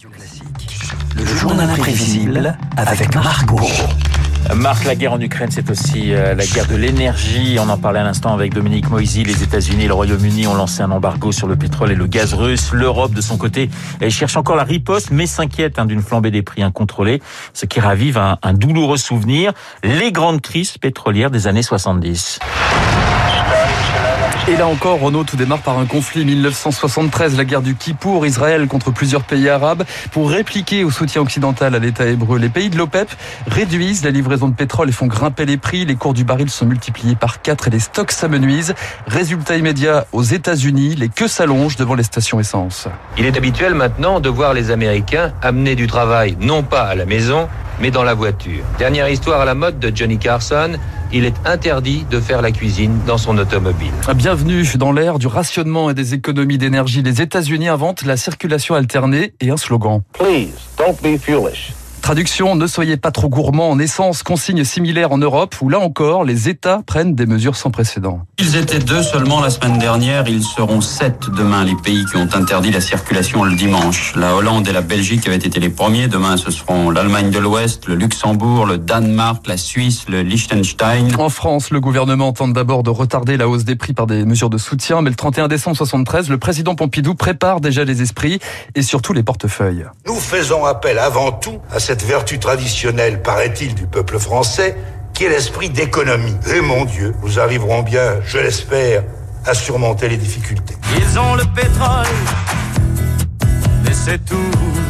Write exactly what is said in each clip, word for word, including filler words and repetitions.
Le journal imprévisible avec Marc Bourreau. Marc, la guerre en Ukraine, c'est aussi euh, la guerre de l'énergie. On en parlait à l'instant avec Dominique Moisy. Les États-Unis et le Royaume-Uni ont lancé un embargo sur le pétrole et le gaz russe. L'Europe, de son côté, elle cherche encore la riposte, mais s'inquiète hein, d'une flambée des prix incontrôlée, ce qui ravive un, un douloureux souvenir, les grandes crises pétrolières des années soixante-dix. Et là encore, Renaud, tout démarre par un conflit mille neuf cent soixante-treize, la guerre du Kippour, Israël contre plusieurs pays arabes. Pour répliquer au soutien occidental à l'État hébreu, les pays de l'OPEP réduisent la livraison de pétrole et font grimper les prix. Les cours du baril sont multipliés par quatre et les stocks s'amenuisent. Résultat immédiat aux États-Unis, les queues s'allongent devant les stations essence. Il est habituel maintenant de voir les Américains amener du travail, non pas à la maison, mais dans la voiture. Dernière histoire à la mode de Johnny Carson, il est interdit de faire la cuisine dans son automobile. Bienvenue dans l'ère du rationnement et des économies d'énergie. Les États-Unis inventent la circulation alternée et un slogan. Please, don't be foolish. Traduction, ne soyez pas trop gourmands en essence, consigne similaire en Europe où là encore les États prennent des mesures sans précédent. Ils étaient deux seulement la semaine dernière, ils seront sept demain, les pays qui ont interdit la circulation le dimanche. La Hollande et la Belgique avaient été les premiers, demain ce seront l'Allemagne de l'Ouest, le Luxembourg, le Danemark, la Suisse, le Liechtenstein. En France, le gouvernement tente d'abord de retarder la hausse des prix par des mesures de soutien, mais le trente et un décembre soixante-treize, le président Pompidou prépare déjà les esprits et surtout les portefeuilles. Nous faisons appel avant tout à cette vertu traditionnelle, paraît-il, du peuple français, qui est l'esprit d'économie. Et mon Dieu, nous arriverons bien, je l'espère, à surmonter les difficultés. Ils ont le pétrole, mais c'est tout.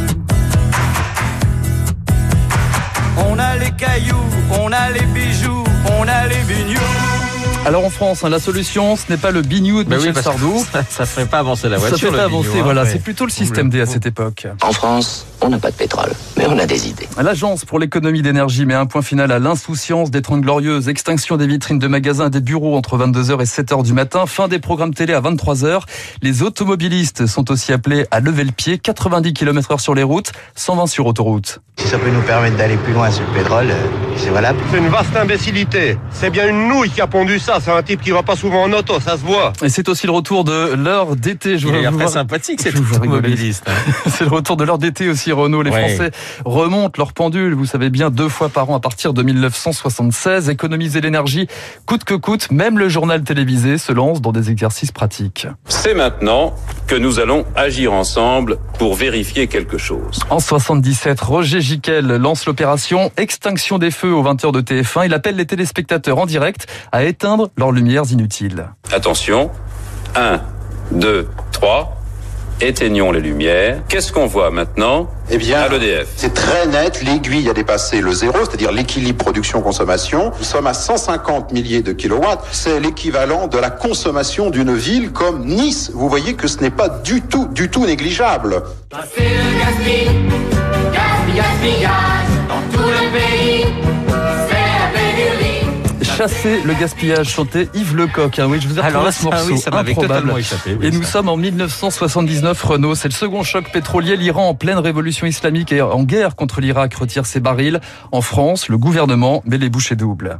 On a les cailloux, on a les bijoux, on a les bignous. Alors en France, hein, la solution, ce n'est pas le bignou de bah Michel oui, Sardou. Ça, ça ferait pas avancer la voiture. Ça fait le pas bignou, avancer, hein, voilà. ouais. C'est plutôt le système D à cette époque. En France, on n'a pas de pétrole, mais on a des idées. L'Agence pour l'économie d'énergie met un point final à l'insouciance des Trente Glorieuses. Extinction des vitrines de magasins et des bureaux entre vingt-deux heures et sept heures du matin. Fin des programmes télé à vingt-trois heures. Les automobilistes sont aussi appelés à lever le pied. quatre-vingt-dix kilomètres heure sur les routes, cent vingt sur autoroute. Si ça peut nous permettre d'aller plus loin sur le pétrole, c'est valable. C'est une vaste imbécilité. C'est bien une nouille qui a pondu ça. C'est un type qui va pas souvent en auto, ça se voit. Et c'est aussi le retour de l'heure d'été. Je Il est vous très voir... sympathique cet automobiliste. C'est le retour de l'heure d'été aussi, Renaud. Les ouais. Français remontent leur pendule, vous savez bien, deux fois par an à partir de mille neuf cent soixante-seize. Économiser l'énergie coûte que coûte. Même le journal télévisé se lance dans des exercices pratiques. C'est maintenant que nous allons agir ensemble pour vérifier quelque chose. En soixante-dix-sept, Roger Giquel lance l'opération Extinction des feux aux vingt heures de T F un. Il appelle les téléspectateurs en direct à éteindre leurs lumières inutiles. Attention, un, deux, trois, éteignons les lumières. Qu'est-ce qu'on voit maintenant ? Eh bien, à l'E D F. C'est très net, l'aiguille a dépassé le zéro, c'est-à-dire l'équilibre production-consommation. Nous sommes à cent cinquante milliers de kilowatts. C'est l'équivalent de la consommation d'une ville comme Nice. Vous voyez que ce n'est pas du tout, du tout négligeable. Passer le gaspillage, gaspillage, gaspillage, dans tout le pays, c'est la pénurie. Chasser le gaspillage, chantait Yves Lecoq. Hein, oui, je vous ai retrouvé ce morceau oui, ça m'avait improbable. totalement échappé. Oui, et nous ça. sommes en mille neuf cent soixante-dix-neuf, Renaud. C'est le second choc pétrolier. L'Iran, en pleine révolution islamique et en guerre contre l'Irak, retire ses barils. En France, le gouvernement met les bouchées doubles.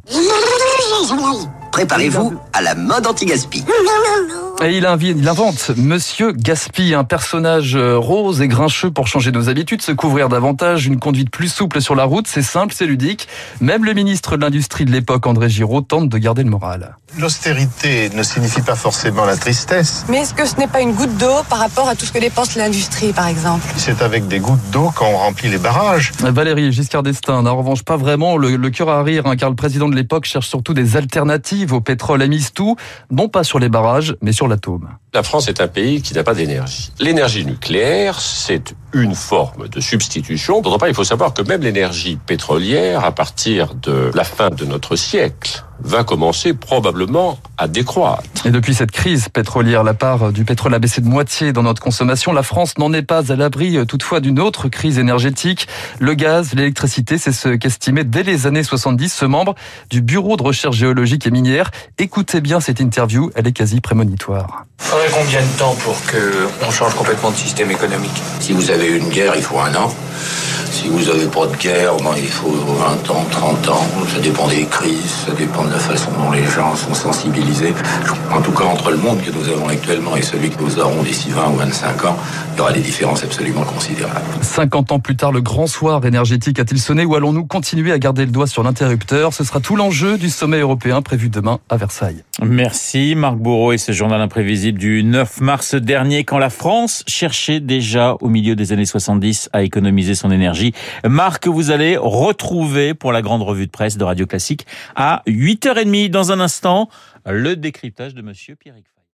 Préparez-vous à la mode anti-gaspi. Et il invente Monsieur Gaspi, un personnage rose et grincheux pour changer nos habitudes, se couvrir davantage, une conduite plus souple sur la route. C'est simple, c'est ludique. Même le ministre de l'Industrie de l'époque, André Giraud, tente de garder le moral. L'austérité ne signifie pas forcément la tristesse. Mais est-ce que ce n'est pas une goutte d'eau par rapport à tout ce que dépense l'industrie, par exemple ? C'est avec des gouttes d'eau qu'on remplit les barrages. Valérie Giscard d'Estaing n'a en revanche pas vraiment le, le cœur à rire, hein, car le président de l'époque cherche surtout des alternatives au pétrole. A mise tout, non pas sur les barrages, mais sur l'atome. La France est un pays qui n'a pas d'énergie. L'énergie nucléaire, c'est une forme de substitution. D'autre part, il faut savoir que même l'énergie pétrolière, à partir de la fin de notre siècle, va commencer probablement à décroître. Et depuis cette crise pétrolière, la part du pétrole a baissé de moitié dans notre consommation. La France n'en est pas à l'abri toutefois d'une autre crise énergétique. Le gaz, l'électricité, c'est ce qu'estimait dès les années soixante-dix ce membre du Bureau de recherche géologique et minière. Écoutez bien cette interview, elle est quasi prémonitoire. Il faudrait combien de temps pour qu'on change complètement de système économique ? Si vous avez une guerre, il faut un an. Si vous n'avez pas de guerre, ben, il faut vingt ans, trente ans. Ça dépend des crises, ça dépend de la façon dont les gens sont sensibilisés. En tout cas, entre le monde que nous avons actuellement et celui que nous aurons d'ici vingt ou vingt-cinq ans, il y aura des différences absolument considérables. cinquante ans plus tard, le grand soir énergétique a-t-il sonné ou allons-nous continuer à garder le doigt sur l'interrupteur? Ce sera tout l'enjeu du sommet européen prévu demain à Versailles. Merci Marc Bourreau et ce journal imprévisible du neuf mars dernier quand la France cherchait déjà au milieu des années soixante-dix à économiser son énergie. Marc, vous allez retrouver pour la grande revue de presse de Radio Classique à huit heures trente. Dans un instant, le décryptage de Monsieur Pierrick Fay.